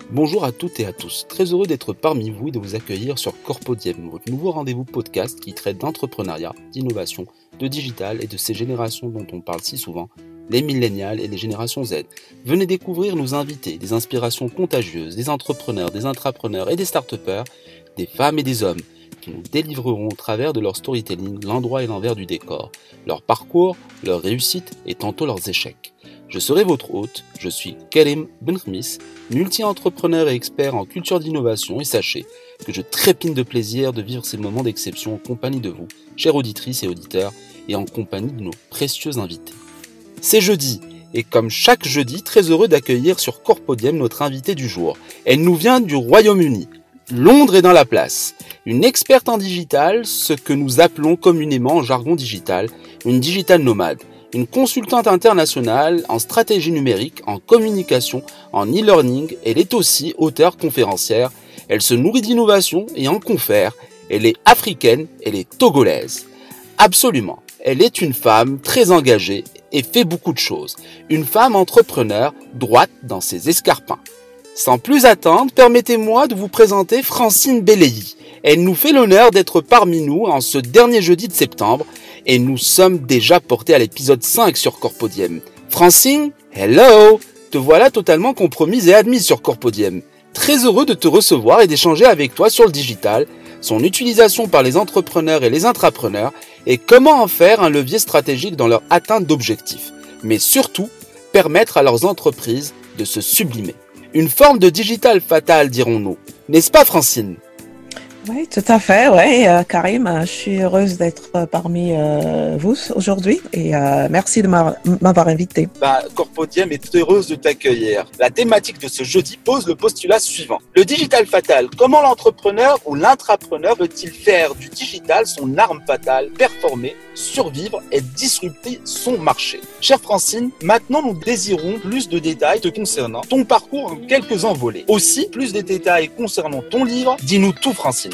Bonjour à toutes et à tous, très heureux d'être parmi vous et de vous accueillir sur Corpodiem, votre nouveau rendez-vous podcast qui traite d'entrepreneuriat, d'innovation, de digital et de ces générations dont on parle si souvent, les millénials et les générations Z. Venez découvrir nos invités, des inspirations contagieuses, des entrepreneurs, des intrapreneurs et des start-upers, des femmes et des hommes qui nous délivreront au travers de leur storytelling l'endroit et l'envers du décor, leur parcours, leurs réussites et tantôt leurs échecs. Je serai votre hôte, je suis Karim Benkhmis, multi-entrepreneur et expert en culture d'innovation et sachez que je trépine de plaisir de vivre ces moments d'exception en compagnie de vous, chères auditrices et auditeurs, et en compagnie de nos précieux invités. C'est jeudi, et comme chaque jeudi, très heureux d'accueillir sur Corpodiem notre invitée du jour. Elle nous vient du Royaume-Uni. Londres est dans la place. Une experte en digital, ce que nous appelons communément en jargon digital, une digital nomade. Une consultante internationale en stratégie numérique, en communication, en e-learning, elle est aussi auteure conférencière. Elle se nourrit d'innovation et en confère. Elle est africaine, elle est togolaise. Absolument, elle est une femme très engagée et fait beaucoup de choses. Une femme entrepreneur, droite dans ses escarpins. Sans plus attendre, permettez-moi de vous présenter Francine Belayi. Elle nous fait l'honneur d'être parmi nous en ce dernier jeudi de septembre. Et nous sommes déjà portés à l'épisode 5 sur Corpodiem. Francine, hello! Te voilà totalement compromise et admise sur Corpodiem. Très heureux de te recevoir et d'échanger avec toi sur le digital, son utilisation par les entrepreneurs et les intrapreneurs, et comment en faire un levier stratégique dans leur atteinte d'objectifs. Mais surtout, permettre à leurs entreprises de se sublimer. Une forme de digital fatal, dirons-nous. N'est-ce pas, Francine ? Oui, tout à fait. Oui, Karim, je suis heureuse d'être parmi vous aujourd'hui et merci de m'avoir invité. Corpodiem est heureuse de t'accueillir. La thématique de ce jeudi pose le postulat suivant. Le digital fatal, comment l'entrepreneur ou l'intrapreneur peut-il faire du digital son arme fatale, performer, survivre et disrupter son marché? Chère Francine, maintenant nous désirons plus de détails te concernant, ton parcours en quelques envolées. Aussi, plus de détails concernant ton livre. Dis-nous tout, Francine.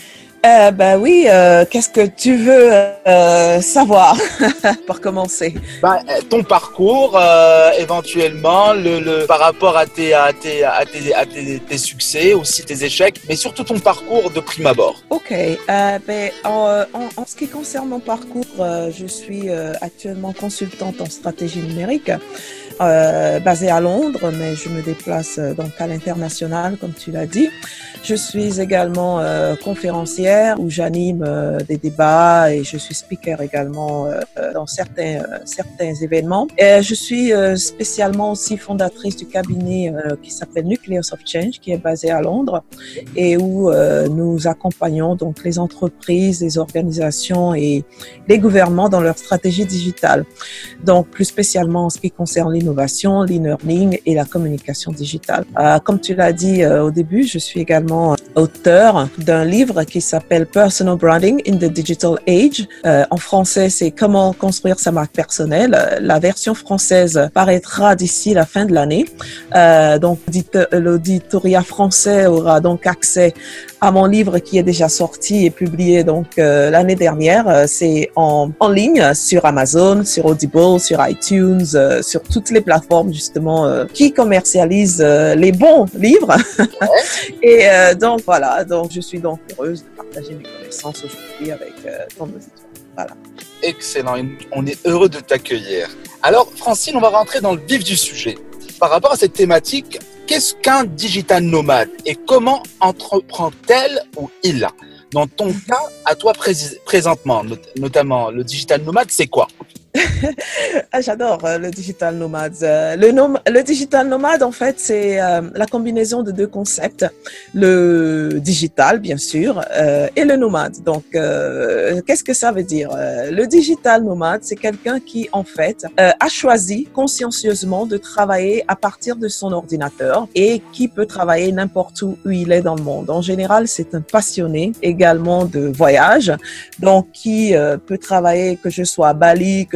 Oui, qu'est-ce que tu veux savoir pour commencer? Ton parcours, éventuellement, par rapport à tes succès, aussi tes échecs, mais surtout ton parcours de prime abord. Ok, en ce qui concerne mon parcours, je suis actuellement consultante en stratégie numérique. Basée à Londres, mais je me déplace donc à l'international, comme tu l'as dit. Je suis également conférencière où j'anime des débats et je suis speaker également dans certains événements. Et je suis spécialement aussi fondatrice du cabinet qui s'appelle Nucleus of Change, qui est basé à Londres et où nous accompagnons donc les entreprises, les organisations et les gouvernements dans leur stratégie digitale. Donc plus spécialement en ce qui concerne l'innovation, l'e-learning et la communication digitale. Comme tu l'as dit au début, je suis également auteur d'un livre qui s'appelle Personal Branding in the Digital Age. En français, c'est Comment construire sa marque personnelle. La version française paraîtra d'ici la fin de l'année. Donc, l'auditorat français aura donc accès à mon livre qui est déjà sorti et publié donc l'année dernière. C'est en ligne sur Amazon, sur Audible, sur iTunes, sur toutes les plateformes justement qui commercialisent les bons livres. Et donc voilà, donc je suis donc heureuse de partager mes connaissances aujourd'hui avec ton auditoire. Voilà. Excellent, on est heureux de t'accueillir. Alors Francine, on va rentrer dans le vif du sujet. Par rapport à cette thématique, qu'est-ce qu'un digital nomade et comment entreprend-elle ou il? Dans ton cas, à toi présentement, notamment le digital nomade, c'est quoi? J'adore le digital nomade. Le digital nomade, en fait, c'est la combinaison de deux concepts. Le digital, bien sûr, et le nomade. Donc, qu'est-ce que ça veut dire? Le digital nomade, c'est quelqu'un qui, en fait, a choisi consciencieusement de travailler à partir de son ordinateur et qui peut travailler n'importe où il est dans le monde. En général, c'est un passionné également de voyage, donc qui peut travailler, que je sois à Bali, que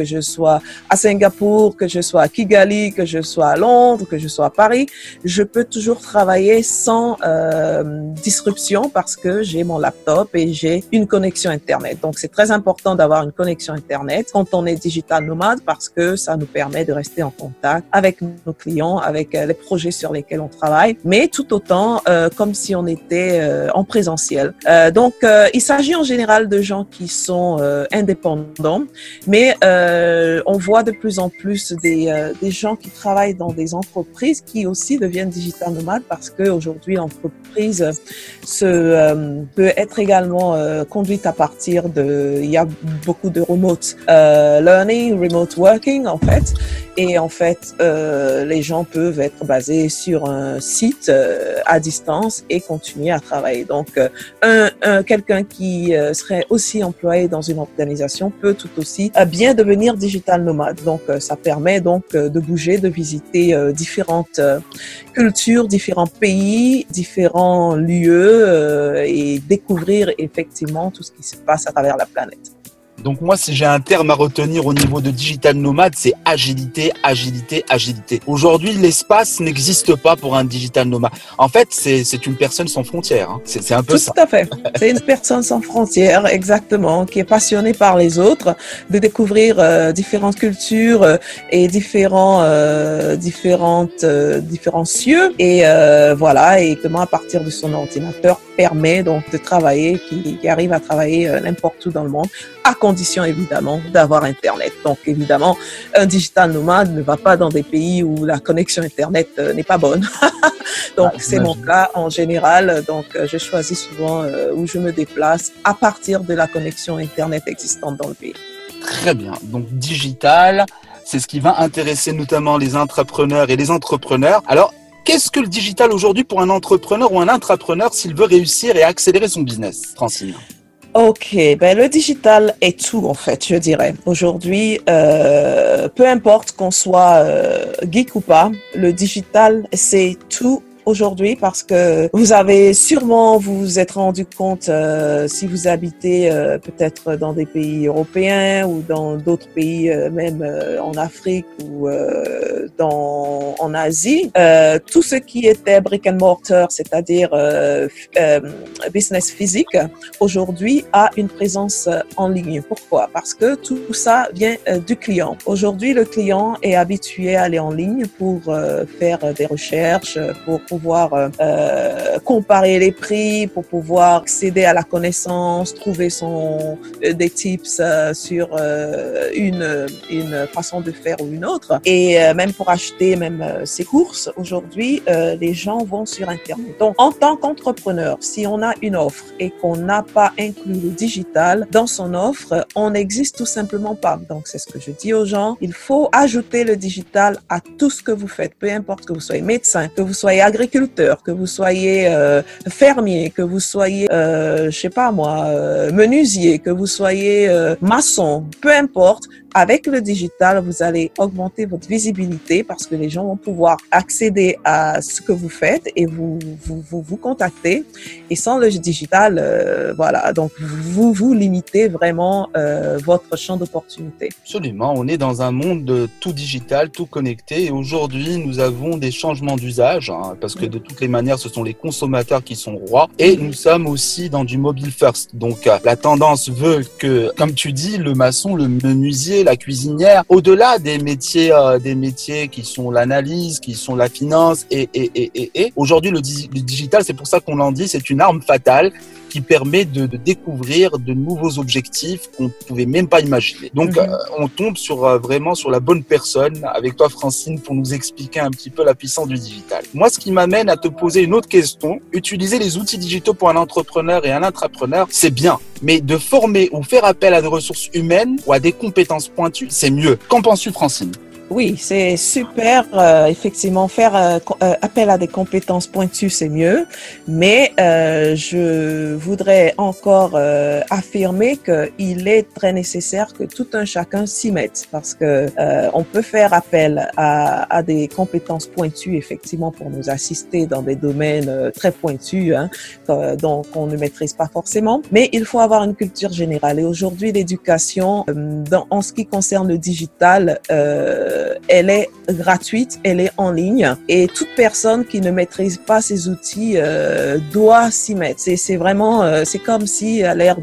je sois à Singapour, que je sois à Kigali, que je sois à Londres, que je sois à Paris, je peux toujours travailler sans disruption parce que j'ai mon laptop et j'ai une connexion Internet. Donc, c'est très important d'avoir une connexion Internet quand on est digital nomade parce que ça nous permet de rester en contact avec nos clients, avec les projets sur lesquels on travaille, mais tout autant comme si on était en présentiel. Donc, il s'agit en général de gens qui sont indépendants, mais on voit de plus en plus des gens qui travaillent dans des entreprises qui aussi deviennent digital nomades parce qu'aujourd'hui, l'entreprise peut être également conduite à partir il y a beaucoup de remote learning, remote working en fait. Et en fait, les gens peuvent être basés sur un site à distance et continuer à travailler. Donc, quelqu'un qui serait aussi employé dans une organisation peut tout aussi bien devenir digital nomade. Donc, ça permet donc de bouger, de visiter différentes cultures, différents pays, différents lieux et découvrir effectivement tout ce qui se passe à travers la planète. Donc moi, si j'ai un terme à retenir au niveau de digital nomade, c'est agilité, agilité, agilité. Aujourd'hui, l'espace n'existe pas pour un digital nomade. En fait, c'est une personne sans frontières. Hein. C'est un peu ça. Tout à fait. C'est une personne sans frontières, exactement, qui est passionnée par les autres, de découvrir différentes cultures et différents cieux. Et voilà, et comment à partir de son ordinateur permet donc de travailler, qui arrive à travailler n'importe où dans le monde, à condition évidemment d'avoir Internet. Donc évidemment, un digital nomade ne va pas dans des pays où la connexion Internet n'est pas bonne. Donc c'est mon cas en général. Donc je choisis souvent où je me déplace à partir de la connexion Internet existante dans le pays. Très bien. Donc digital, c'est ce qui va intéresser notamment les intrapreneurs et les entrepreneurs. Alors, qu'est-ce que le digital aujourd'hui pour un entrepreneur ou un intrapreneur s'il veut réussir et accélérer son business, Francine? Ok, ben le digital est tout en fait, je dirais. Aujourd'hui, peu importe qu'on soit geek ou pas, le digital c'est tout aujourd'hui parce que vous vous êtes rendu compte si vous habitez peut-être dans des pays européens ou dans d'autres pays même en Afrique ou en Asie, tout ce qui était brick and mortar, c'est-à-dire business physique, aujourd'hui a une présence en ligne. Pourquoi? Parce que tout ça vient du client. Aujourd'hui, le client est habitué à aller en ligne pour faire des recherches, pour pouvoir comparer les prix, pour pouvoir accéder à la connaissance, trouver des tips sur une façon de faire ou une autre. Et même pour acheter ses courses, aujourd'hui, les gens vont sur Internet. Donc, en tant qu'entrepreneur, si on a une offre et qu'on n'a pas inclus le digital dans son offre, on n'existe tout simplement pas. Donc, c'est ce que je dis aux gens. Il faut ajouter le digital à tout ce que vous faites, peu importe que vous soyez médecin, que vous soyez agriculteur, que vous soyez fermier, que vous soyez, menuisier, que vous soyez maçon, peu importe. Avec le digital, vous allez augmenter votre visibilité parce que les gens vont pouvoir accéder à ce que vous faites et vous contacter. Et sans le digital, voilà, donc vous limitez vraiment votre champ d'opportunité. Absolument, on est dans un monde tout digital, tout connecté. Et aujourd'hui, nous avons des changements d'usage parce que de toutes les manières, ce sont les consommateurs qui sont rois. Et nous sommes aussi dans du mobile first. Donc, la tendance veut que, comme tu dis, le maçon, le menuisier, la cuisinière, au-delà des métiers qui sont l'analyse, qui sont la finance et aujourd'hui le digital, c'est pour ça qu'on en dit, c'est une arme fatale qui permet de découvrir de nouveaux objectifs qu'on ne pouvait même pas imaginer. Donc, on tombe vraiment sur la bonne personne avec toi, Francine, pour nous expliquer un petit peu la puissance du digital. Moi, ce qui m'amène à te poser une autre question. Utiliser les outils digitaux pour un entrepreneur et un intrapreneur, c'est bien. Mais de former ou faire appel à des ressources humaines ou à des compétences pointues, c'est mieux. Qu'en penses-tu, Francine? Oui, c'est super. Effectivement, faire appel à des compétences pointues, c'est mieux. Mais je voudrais encore affirmer qu'il est très nécessaire que tout un chacun s'y mette, parce que on peut faire appel à des compétences pointues, effectivement, pour nous assister dans des domaines très pointus, hein, dont on ne maîtrise pas forcément. Mais il faut avoir une culture générale. Et aujourd'hui, l'éducation, en ce qui concerne le digital, elle est gratuite, elle est en ligne, et toute personne qui ne maîtrise pas ces outils doit s'y mettre. C'est vraiment, c'est comme si à l'ère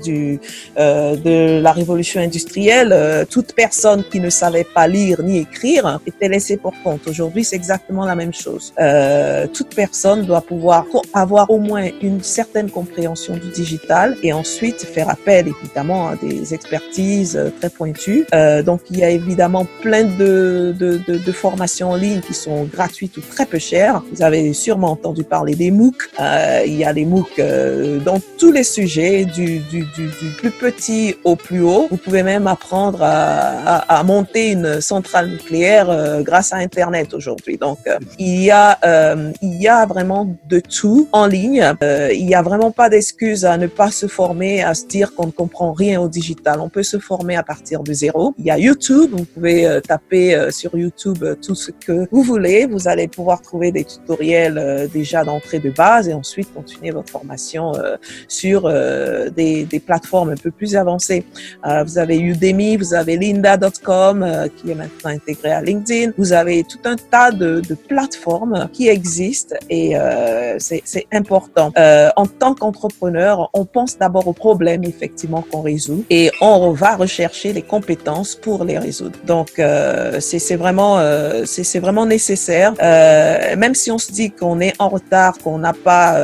de la révolution industrielle, toute personne qui ne savait pas lire ni écrire était laissée pour compte. Aujourd'hui, c'est exactement la même chose. Toute personne doit pouvoir avoir au moins une certaine compréhension du digital, et ensuite faire appel évidemment à des expertises très pointues. Donc, il y a évidemment plein de formations en ligne qui sont gratuites ou très peu chères. Vous avez sûrement entendu parler des MOOC. Il y a les MOOC dans tous les sujets, du plus petit au plus haut. Vous pouvez même apprendre à monter une centrale nucléaire grâce à Internet aujourd'hui. Donc, il y a vraiment de tout en ligne. Il n'y a vraiment pas d'excuse à ne pas se former, à se dire qu'on ne comprend rien au digital. On peut se former à partir de zéro. Il y a YouTube. Vous pouvez taper sur YouTube tout ce que vous voulez. Vous allez pouvoir trouver des tutoriels déjà d'entrée de base, et ensuite continuer votre formation sur des plateformes un peu plus avancées. Vous avez Udemy, vous avez lynda.com qui est maintenant intégré à LinkedIn. Vous avez tout un tas de plateformes qui existent, et c'est important. En tant qu'entrepreneur, on pense d'abord aux problèmes effectivement qu'on résout, et on va rechercher les compétences pour les résoudre. Donc c'est vraiment nécessaire. Même si on se dit qu'on est en retard, qu'on n'a pas,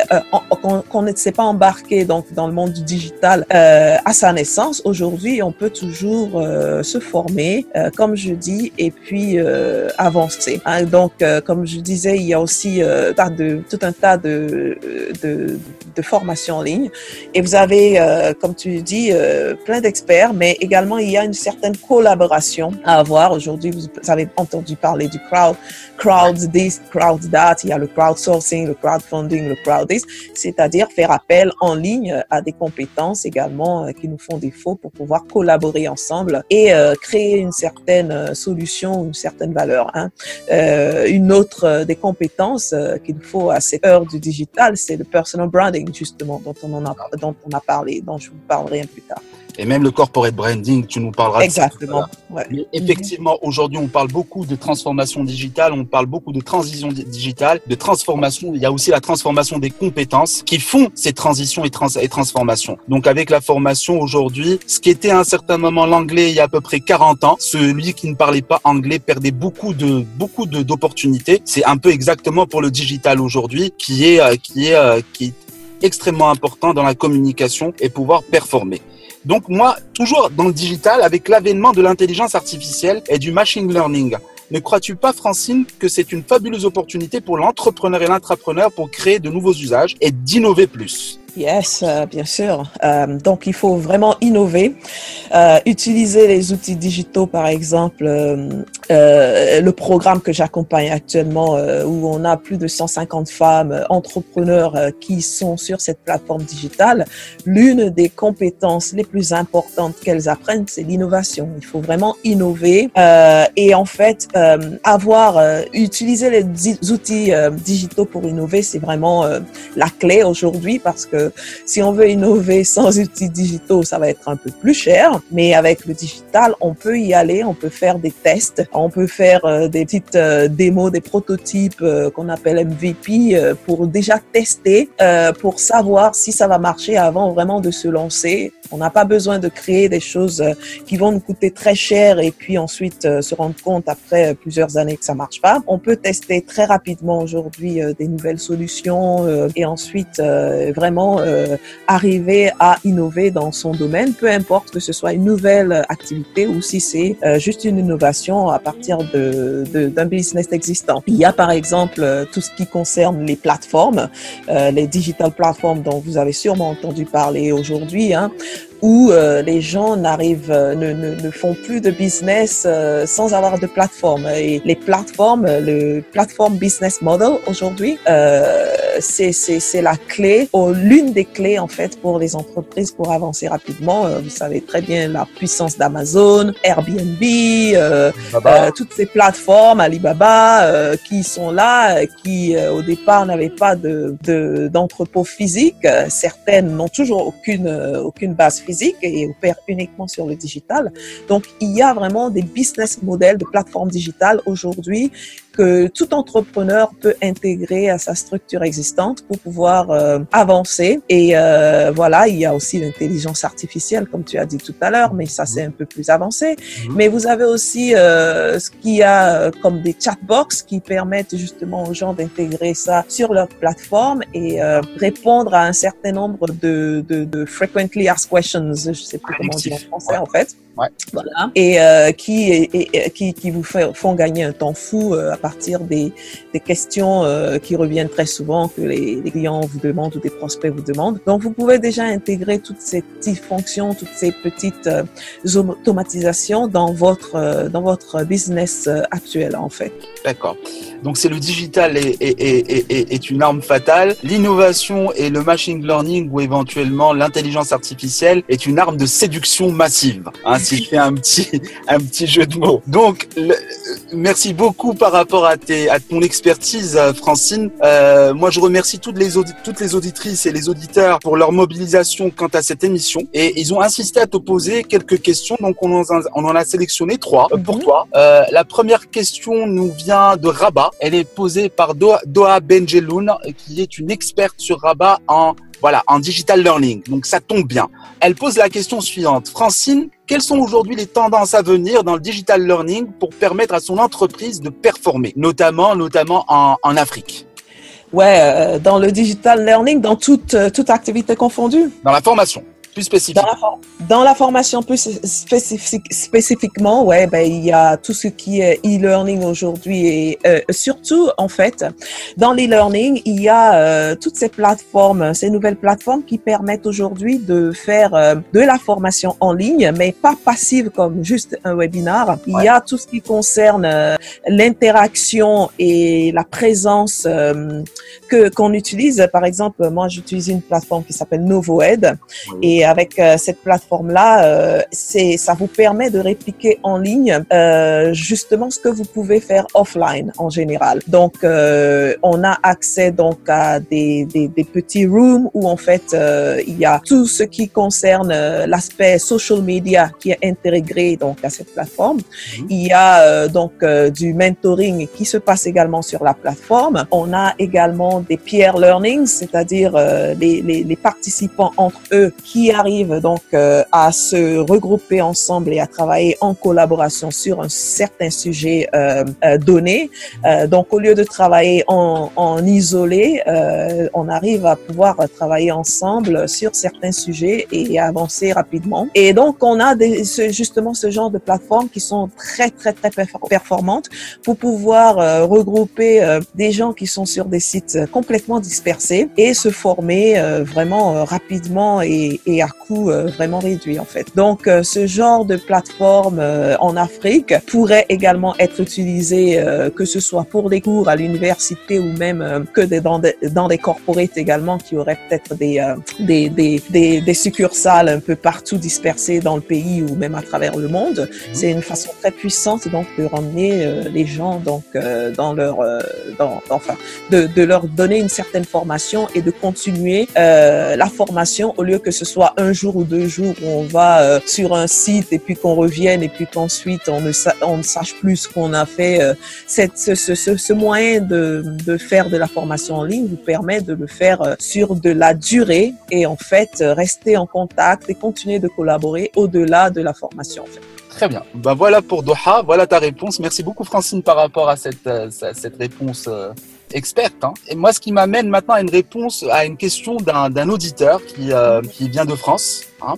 qu'on ne s'est pas embarqué donc dans le monde du digital à sa naissance, aujourd'hui on peut toujours se former, comme je dis, et puis avancer. Hein, donc comme je disais, il y a aussi tout un tas de formations en ligne, et vous avez, comme tu dis, plein d'experts, mais également il y a une certaine collaboration à avoir. Aujourd'hui, vous avez entendu parler du crowd this, crowd that, il y a le crowdsourcing, le crowdfunding, le crowd this, c'est-à-dire faire appel en ligne à des compétences également qui nous font défaut pour pouvoir collaborer ensemble et créer une certaine solution, une certaine valeur. Hein. Une autre des compétences qu'il faut à cette heure du digital, c'est le personal branding, justement, dont on a parlé, dont je vous parlerai un peu plus tard. Et même le corporate branding, tu nous parleras exactement, de ça. Ouais. Mais effectivement, aujourd'hui, on parle beaucoup de transformation digitale, on parle beaucoup de transition digitale, de transformation. Il y a aussi la transformation des compétences qui font ces transitions et transformations. Donc, avec la formation aujourd'hui, ce qui était à un certain moment l'anglais il y a à peu près 40 ans, celui qui ne parlait pas anglais perdait beaucoup d'opportunités. C'est un peu exactement pour le digital aujourd'hui, qui est extrêmement important dans la communication et pouvoir performer. Donc moi, toujours dans le digital, avec l'avènement de l'intelligence artificielle et du machine learning, ne crois-tu pas, Francine, que c'est une fabuleuse opportunité pour l'entrepreneur et l'intrapreneur pour créer de nouveaux usages et d'innover plus? Yes, bien sûr. Donc, il faut vraiment innover, utiliser les outils digitaux, par exemple, le programme que j'accompagne actuellement, où on a plus de 150 femmes entrepreneurs qui sont sur cette plateforme digitale. L'une des compétences les plus importantes qu'elles apprennent, c'est l'innovation. Il faut vraiment innover et en fait, utiliser les outils digitaux pour innover, c'est vraiment la clé aujourd'hui, parce que si on veut innover sans outils digitaux, ça va être un peu plus cher. Mais avec le digital, on peut y aller, on peut faire des tests, on peut faire des petites démos, des prototypes qu'on appelle MVP pour déjà tester, pour savoir si ça va marcher avant vraiment de se lancer. On n'a pas besoin de créer des choses qui vont nous coûter très cher et puis ensuite se rendre compte après plusieurs années que ça marche pas. On peut tester très rapidement aujourd'hui des nouvelles solutions et ensuite vraiment arriver à innover dans son domaine, peu importe que ce soit une nouvelle activité ou si c'est juste une innovation à partir d'un business existant. Il y a par exemple tout ce qui concerne les plateformes, les digital platforms dont vous avez sûrement entendu parler aujourd'hui, hein. où les gens ne font plus de business sans avoir de plateforme. Et les plateformes, le platform business model aujourd'hui, c'est la clé, l'une des clés en fait pour les entreprises pour avancer rapidement. Vous savez très bien la puissance d'Amazon, Airbnb, toutes ces plateformes, Alibaba, qui sont là, qui au départ n'avaient pas d'entrepôt physique. Certaines n'ont toujours aucune base physique et opèrent uniquement sur le digital. Donc, il y a vraiment des business models de plateformes digitales aujourd'hui que tout entrepreneur peut intégrer à sa structure existante pour pouvoir avancer. Et voilà, il y a aussi l'intelligence artificielle, comme tu as dit tout à l'heure, mais ça, c'est un peu plus avancé. Mais vous avez aussi ce qu'il y a comme des chatbox qui permettent justement aux gens d'intégrer ça sur leur plateforme et répondre à un certain nombre de frequently asked questions, je sais plus comment on dit en français en fait. Ouais. Voilà. Et qui vous font gagner un temps fou à partir des questions qui reviennent très souvent que les clients vous demandent ou des prospects vous demandent. Donc, vous pouvez déjà intégrer toutes ces petites fonctions, toutes ces petites automatisations dans votre business actuel, en fait. D'accord. Donc, c'est le digital est une arme fatale. L'innovation et le machine learning ou éventuellement l'intelligence artificielle est une arme de séduction massive. Hein, si je fais un petit jeu de mots. Donc, merci beaucoup par rapport à ton expertise, Francine. Moi, je remercie toutes les auditrices et les auditeurs pour leur mobilisation quant à cette émission. Et ils ont insisté à te poser quelques questions. Donc, on en a sélectionné 3 pour toi. La première question nous vient de Rabat. Elle est posée par Doha Benjeloun, qui est une experte sur Rabat en digital learning. Donc, ça tombe bien. Elle pose la question suivante. Francine, quelles sont aujourd'hui les tendances à venir dans le digital learning pour permettre à son entreprise de performer, notamment en Afrique? Ouais, dans le digital learning, dans toute activité confondue. Dans la formation. Plus spécifique. Dans la formation plus spécifiquement, ouais, il y a tout ce qui est e-learning aujourd'hui et surtout, en fait, dans l'e-learning, il y a toutes ces plateformes, ces nouvelles plateformes qui permettent aujourd'hui de faire de la formation en ligne, mais pas passive comme juste un webinar. Il y a tout ce qui concerne l'interaction et la présence qu'on utilise. Par exemple, moi, j'utilise une plateforme qui s'appelle NovoEd et avec cette plateforme-là, ça vous permet de répliquer en ligne justement ce que vous pouvez faire offline en général. Donc, on a accès donc à des petits rooms où en fait il y a tout ce qui concerne l'aspect social media qui est intégré donc à cette plateforme. Il y a donc du mentoring qui se passe également sur la plateforme. On a également des peer learning, c'est-à-dire les participants entre eux qui arrivent donc à se regrouper ensemble et à travailler en collaboration sur un certain sujet donné. Donc, au lieu de travailler en isolé, on arrive à pouvoir travailler ensemble sur certains sujets et avancer rapidement. Et donc, on a justement ce genre de plateformes qui sont très, très, très performantes pour pouvoir regrouper des gens qui sont sur des sites complètement dispersés et se former vraiment rapidement et à coût vraiment réduit en fait. Donc, ce genre de plateforme en Afrique pourrait également être utilisé que ce soit pour des cours à l'université ou même que dans des corporates également qui auraient peut-être des succursales un peu partout dispersées dans le pays ou même à travers le monde. C'est une façon très puissante donc de ramener les gens donc dans leur de leur donner une certaine formation et de continuer la formation au lieu que ce soit un jour ou 2 jours où on va sur un site et puis qu'on revienne et puis qu'ensuite on ne sache plus ce qu'on a fait. Ce moyen de faire de la formation en ligne vous permet de le faire sur de la durée et en fait rester en contact et continuer de collaborer au-delà de la formation en fait. Très bien. Ben voilà pour Doha, voilà ta réponse. Merci beaucoup Francine par rapport à cette réponse experte. Hein. Et moi, ce qui m'amène maintenant à une réponse à une question d'un auditeur qui vient de France. hein,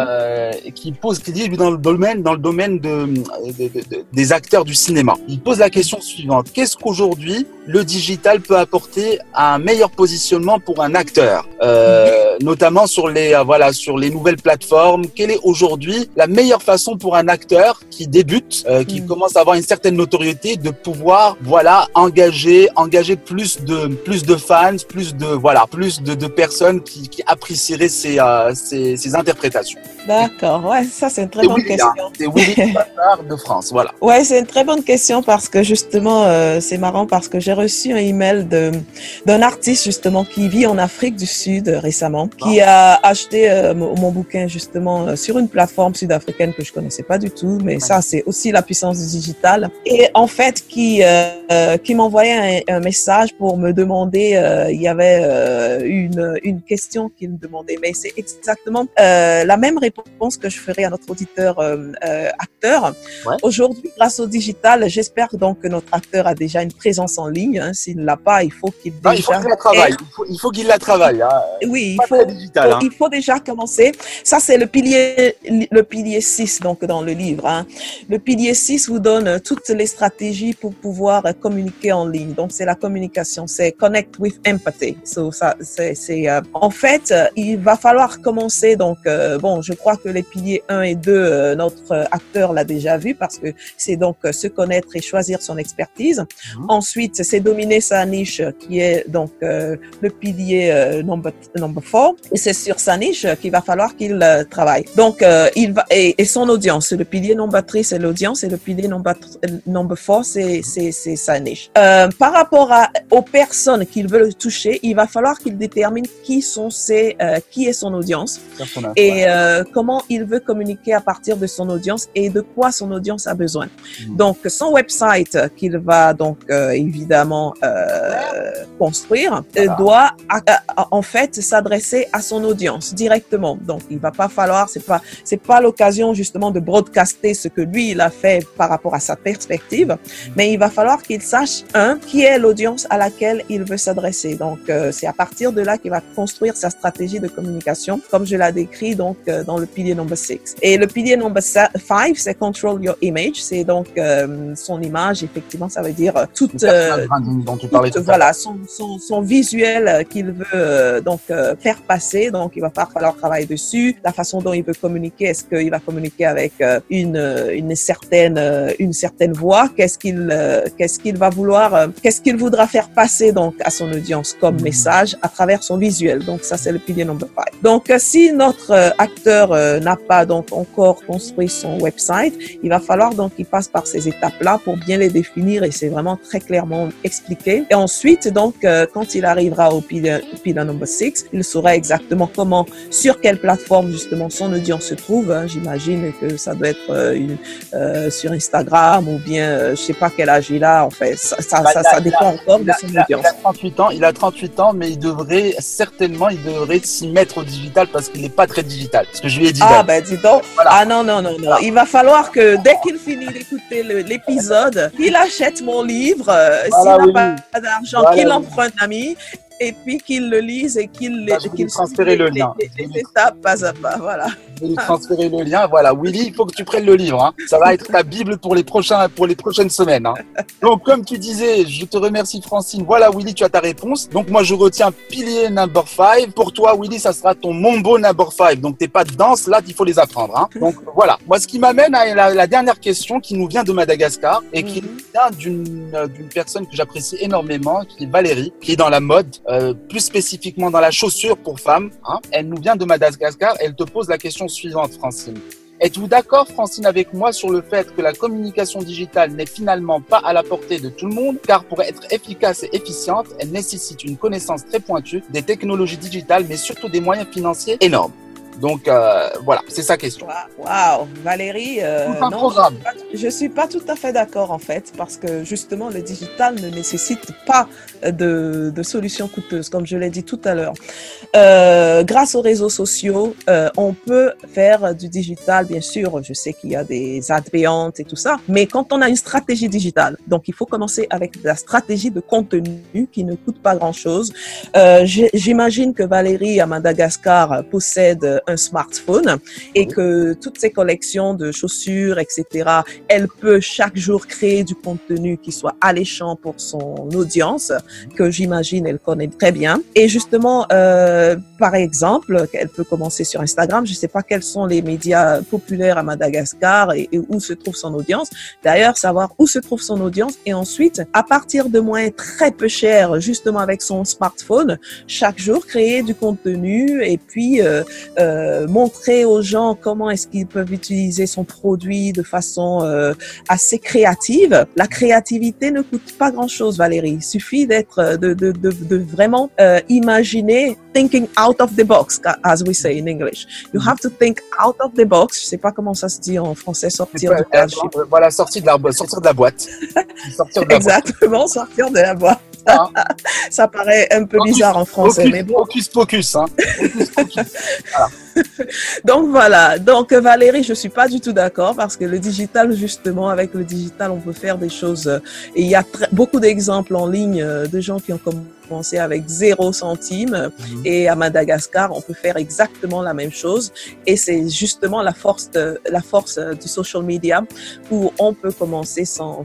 qui est dans le domaine des acteurs du cinéma. Il pose la question suivante: qu'est-ce qu'aujourd'hui le digital peut apporter à un meilleur positionnement pour un acteur, notamment sur les nouvelles plateformes? Quelle est aujourd'hui la meilleure façon pour un acteur qui débute, qui commence à avoir une certaine notoriété, de pouvoir engager plus de fans, plus de personnes qui apprécieraient ses interprétations? D'accord, ouais, ça c'est une très bonne question. C'est Willy Bastard de France, voilà. Ouais, c'est une très bonne question parce que justement, c'est marrant parce que j'ai reçu un email d'un artiste justement qui vit en Afrique du Sud récemment, qui a acheté mon bouquin justement sur une plateforme sud-africaine que je connaissais pas du tout, mais ça c'est aussi la puissance du digital. Et en fait, qui m'envoyait un message pour me demander, il y avait une question qu'il me demandait, mais c'est exactement la même réponse que je ferai à notre auditeur acteur. Ouais. Aujourd'hui, grâce au digital, j'espère donc que notre acteur a déjà une présence en ligne. Hein. S'il ne l'a pas, il faut qu'il il faut qu'il la travaille. Il faut qu'il la travaille. Hein. Oui, il faut déjà commencer. Ça, c'est le pilier 6 donc dans le livre. Hein. Le pilier 6 vous donne toutes les stratégies pour pouvoir communiquer en ligne. Donc, c'est la communication, c'est connect with empathy. So, ça, en fait, il va falloir commencer. Donc, je crois que les piliers 1 et 2, notre acteur l'a déjà vu parce que c'est donc se connaître et choisir son expertise. Ensuite, c'est dominer sa niche qui est donc le pilier number 4. Et c'est sur sa niche qu'il va falloir qu'il travaille. Donc, et son audience. Le pilier number 3, c'est l'audience et le pilier number 4, c'est sa niche. Par rapport aux personnes qu'il veut toucher, il va falloir qu'il détermine qui est son audience et comment il veut communiquer à partir de son audience et de quoi son audience a besoin. Donc, son website qu'il va donc évidemment construire doit en fait s'adresser à son audience directement. Donc, il va pas falloir, c'est pas l'occasion justement de broadcaster ce que lui il a fait par rapport à sa perspective, mais il va falloir qu'il sache qui est l'audience à laquelle il veut s'adresser. Donc, c'est à partir de là qu'il va construire sa stratégie de communication, comme je l'ai décrit donc dans le pilier number 6. Et le pilier number 5, c'est control your image. C'est donc son image. Effectivement, ça veut dire son visuel qu'il veut faire passer. Donc, il va falloir travailler dessus. La façon dont il veut communiquer. Est-ce qu'il va communiquer avec une certaine voix? Qu'est-ce qu'il va vouloir? Qu'est-ce qu'il voudra faire passer donc à son audience comme message à travers son visuel? Donc, ça c'est le pilier number 5. Donc, si notre acteur n'a pas donc encore construit son website, il va falloir donc qu'il passe par ces étapes-là pour bien les définir et c'est vraiment très clairement expliqué. Et ensuite, donc, quand il arrivera au pilier number 6, il saura exactement sur quelle plateforme justement son audience se trouve. Hein. J'imagine que ça doit être sur Instagram ou bien, je sais pas quel âge il a. En fait, ça dépend encore de son audience. Il a 38 ans, mais il devrait s'y mettre au digital parce qu'il n'est pas très digital. Ce que je lui ai dit. Dis donc. Voilà. Ah non. Il va falloir que dès qu'il finit d'écouter l'épisode, qu'il achète mon livre. S'il n'a pas d'argent, qu'il emprunte un ami. Et puis qu'il le lise et qu'il transférer le lien. Les étapes pas à pas, voilà. Je vais lui transférer le lien. Voilà, Willy, il faut que tu prennes le livre. Hein. Ça va être ta Bible pour les prochaines semaines. Hein. Donc, comme tu disais, je te remercie, Francine. Voilà, Willy, tu as ta réponse. Donc, moi, je retiens pilier number 5. Pour toi, Willy, ça sera ton mambo number 5. Donc, tes pas de danse, là, il faut les apprendre. Hein. Donc, voilà. Moi, ce qui m'amène à la dernière question qui nous vient de Madagascar et qui vient d'une personne que j'apprécie énormément, qui est Valérie, qui est dans la mode. Plus spécifiquement dans la chaussure pour femmes. Hein. Elle nous vient de Madagascar. Elle te pose la question suivante, Francine. Êtes-vous d'accord, Francine, avec moi sur le fait que la communication digitale n'est finalement pas à la portée de tout le monde, car pour être efficace et efficiente, elle nécessite une connaissance très pointue des technologies digitales, mais surtout des moyens financiers énormes. Donc, voilà, c'est sa question. Waouh, Valérie, non, je suis pas tout à fait d'accord en fait, parce que justement, le digital ne nécessite pas de solutions coûteuses, comme je l'ai dit tout à l'heure. Grâce aux réseaux sociaux, on peut faire du digital, bien sûr. Je sais qu'il y a des ads payantes et tout ça, mais quand on a une stratégie digitale, donc il faut commencer avec la stratégie de contenu qui ne coûte pas grand-chose. J'imagine que Valérie à Madagascar possède un smartphone et que toutes ces collections de chaussures, etc., elle peut chaque jour créer du contenu qui soit alléchant pour son audience, que j'imagine elle connaît très bien. Et justement, par exemple, elle peut commencer sur Instagram. Je ne sais pas quels sont les médias populaires à Madagascar et où se trouve son audience. D'ailleurs, savoir où se trouve son audience et ensuite, à partir de moyens très peu chers, justement avec son smartphone, chaque jour créer du contenu et puis montrer aux gens comment est-ce qu'ils peuvent utiliser son produit de façon assez créative. La créativité ne coûte pas grand-chose, Valérie. Il suffit de vraiment imaginer, thinking out of the box, as we say in English. You have to think out of the box. Je sais pas comment ça se dit en français, sortir du cadre. Voilà, sortir de la boîte. Sortir de la Exactement, boîte. Sortir de la boîte. Ça paraît un peu bizarre en français, mais bon. Focus, hein. Voilà. Donc voilà. Donc Valérie, je suis pas du tout d'accord parce que le digital, justement, avec le digital, on peut faire des choses. Et il y a beaucoup d'exemples en ligne de gens qui ont commencé avec 0 centime. Et à Madagascar, on peut faire exactement la même chose. Et c'est justement la force du social media où on peut commencer sans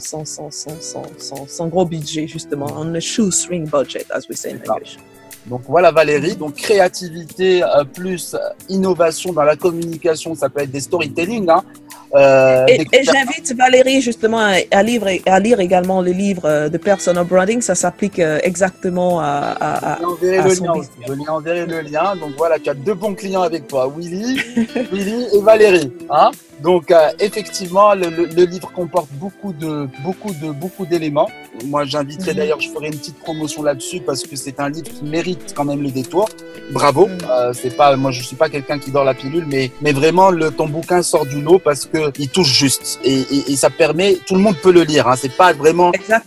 gros budget, justement, on a shoestring budget, as we say in English. Donc voilà Valérie, donc créativité plus innovation dans la communication, ça peut être des storytelling. Hein. Et j'invite Valérie justement à lire également le livre de personal branding, ça s'applique exactement à Je lui enverrai le lien. Donc voilà, tu as 2 bons clients avec toi, Willy et Valérie. Hein. Donc effectivement, le livre comporte beaucoup d'éléments. Moi, j'inviterai d'ailleurs, je ferai une petite promotion là-dessus parce que c'est un livre qui mérite quand même le détour. Bravo. C'est pas, moi, je suis pas quelqu'un qui dort la pilule, mais vraiment, ton bouquin sort du lot parce que il touche juste et ça permet, tout le monde peut le lire. Hein. C'est pas vraiment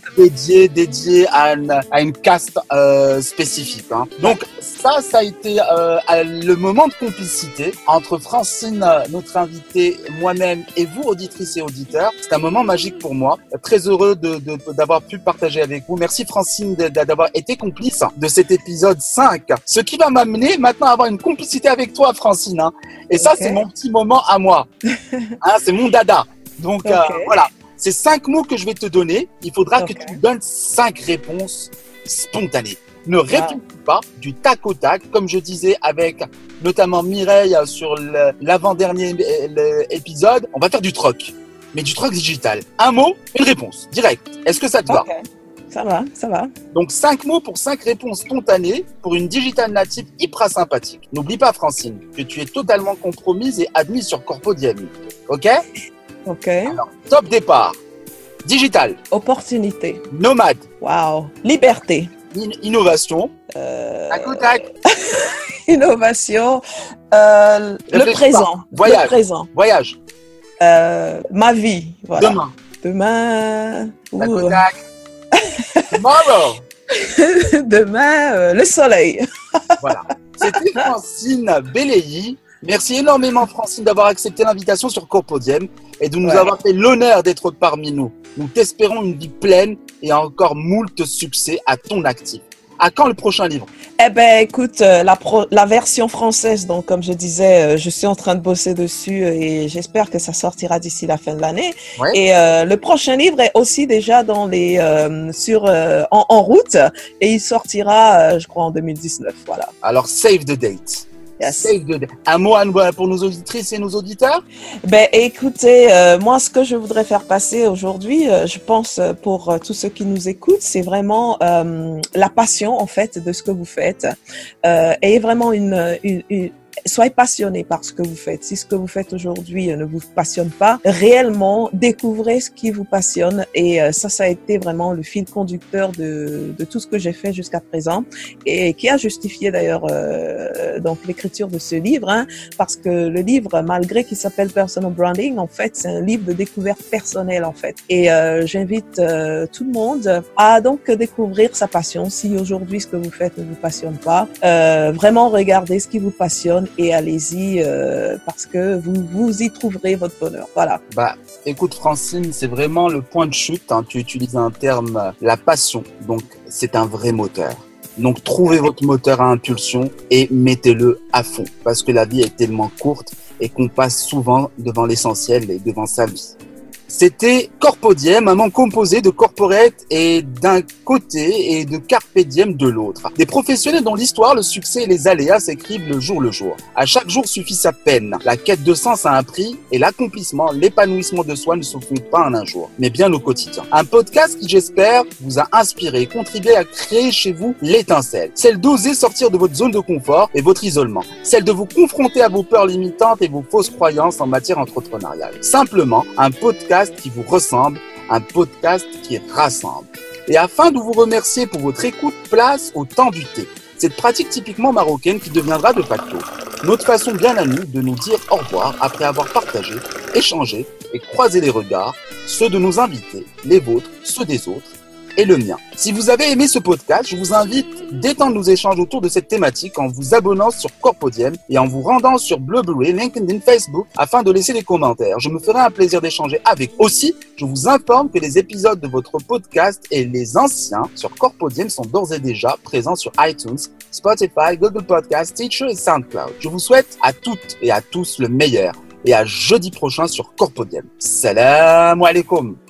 dédié à une caste spécifique. Hein. Donc ça a été le moment de complicité entre Francine, notre invitée, moi-même et vous, auditrices et auditeurs. C'est un moment magique pour moi. Très heureux d'avoir pu partager avec vous. Merci Francine d'avoir été complice de cet épisode 5. Ce qui va m'amener maintenant à avoir une complicité avec toi, Francine. Hein. Et ça, c'est mon petit moment à moi. Hein, c'est mon dada. Donc voilà. C'est 5 mots que je vais te donner. Il faudra que tu me donnes 5 réponses spontanées. Ne réfléchis pas du tac au tac, comme je disais avec notamment Mireille sur l'avant-dernier épisode. On va faire du troc, mais du troc digital. Un mot, une réponse, direct. Est-ce que ça te va? Ça va. Donc 5 mots pour 5 réponses spontanées pour une digital native hyper sympathique. N'oublie pas, Francine, que tu es totalement compromise et admise sur Corpodium. Ok. Alors, top départ. Digital. Opportunité. Nomade. Wow. Liberté. Innovation. Tac au tac. Innovation. Le présent. Voyage. Le présent. Voyage. Ma vie. Voilà. Demain. Tac au tac. Tomorrow. Demain, le soleil. Voilà. C'était Francine Béléi. Merci énormément, Francine, d'avoir accepté l'invitation sur Corpodium et de nous avoir fait l'honneur d'être parmi nous. Nous t'espérons une vie pleine et encore moult succès à ton actif. À quand le prochain livre? Eh ben, écoute, la version française, donc comme je disais, je suis en train de bosser dessus et j'espère que ça sortira d'ici la fin de l'année. Ouais. Et le prochain livre est aussi déjà dans en route et il sortira, je crois, en 2019. Voilà. Alors, save the date. Yes. Un mot pour nos auditrices et nos auditeurs? Ben, écoutez, moi, ce que je voudrais faire passer aujourd'hui, je pense pour tous ceux qui nous écoutent, c'est vraiment la passion en fait de ce que vous faites et vraiment soyez passionné par ce que vous faites. Si ce que vous faites aujourd'hui ne vous passionne pas, réellement, découvrez ce qui vous passionne. Et ça a été vraiment le fil conducteur de tout ce que j'ai fait jusqu'à présent et qui a justifié d'ailleurs donc l'écriture de ce livre. Hein, parce que le livre, malgré qu'il s'appelle Personal Branding, en fait, c'est un livre de découverte personnelle en fait. Et j'invite tout le monde à donc découvrir sa passion. Si aujourd'hui ce que vous faites ne vous passionne pas, vraiment regardez ce qui vous passionne et allez-y parce que vous y trouverez votre bonheur. Voilà. Écoute Francine, c'est vraiment le point de chute. Hein. Tu utilises un terme, la passion. Donc c'est un vrai moteur. Donc trouvez votre moteur à impulsion et mettez-le à fond parce que la vie est tellement courte et qu'on passe souvent devant l'essentiel et devant sa vie. C'était Corpodiem, un nom composé de corporate et d'un côté et de carpe diem de l'autre. Des professionnels dont l'histoire, le succès et les aléas s'écrivent le jour. À chaque jour suffit sa peine. La quête de sens a un prix et l'accomplissement, l'épanouissement de soi ne se fait pas en un jour, mais bien au quotidien. Un podcast qui, j'espère, vous a inspiré et contribué à créer chez vous l'étincelle. Celle d'oser sortir de votre zone de confort et votre isolement. Celle de vous confronter à vos peurs limitantes et vos fausses croyances en matière entrepreneuriale. Simplement, un podcast qui vous ressemble, un podcast qui rassemble. Et afin de vous remercier pour votre écoute, place au temps du thé. Cette pratique typiquement marocaine qui deviendra de facto notre façon bien à nous de nous dire au revoir après avoir partagé, échangé et croisé les regards, ceux de nos invités, les vôtres, ceux des autres et le mien. Si vous avez aimé ce podcast, je vous invite d'étendre nos échanges autour de cette thématique en vous abonnant sur Corpodiem et en vous rendant sur Blueberry, LinkedIn, Facebook afin de laisser des commentaires. Je me ferai un plaisir d'échanger avec. Aussi, je vous informe que les épisodes de votre podcast et les anciens sur Corpodiem sont d'ores et déjà présents sur iTunes, Spotify, Google Podcasts, Stitcher et SoundCloud. Je vous souhaite à toutes et à tous le meilleur et à jeudi prochain sur Corpodiem. Salam alaikum.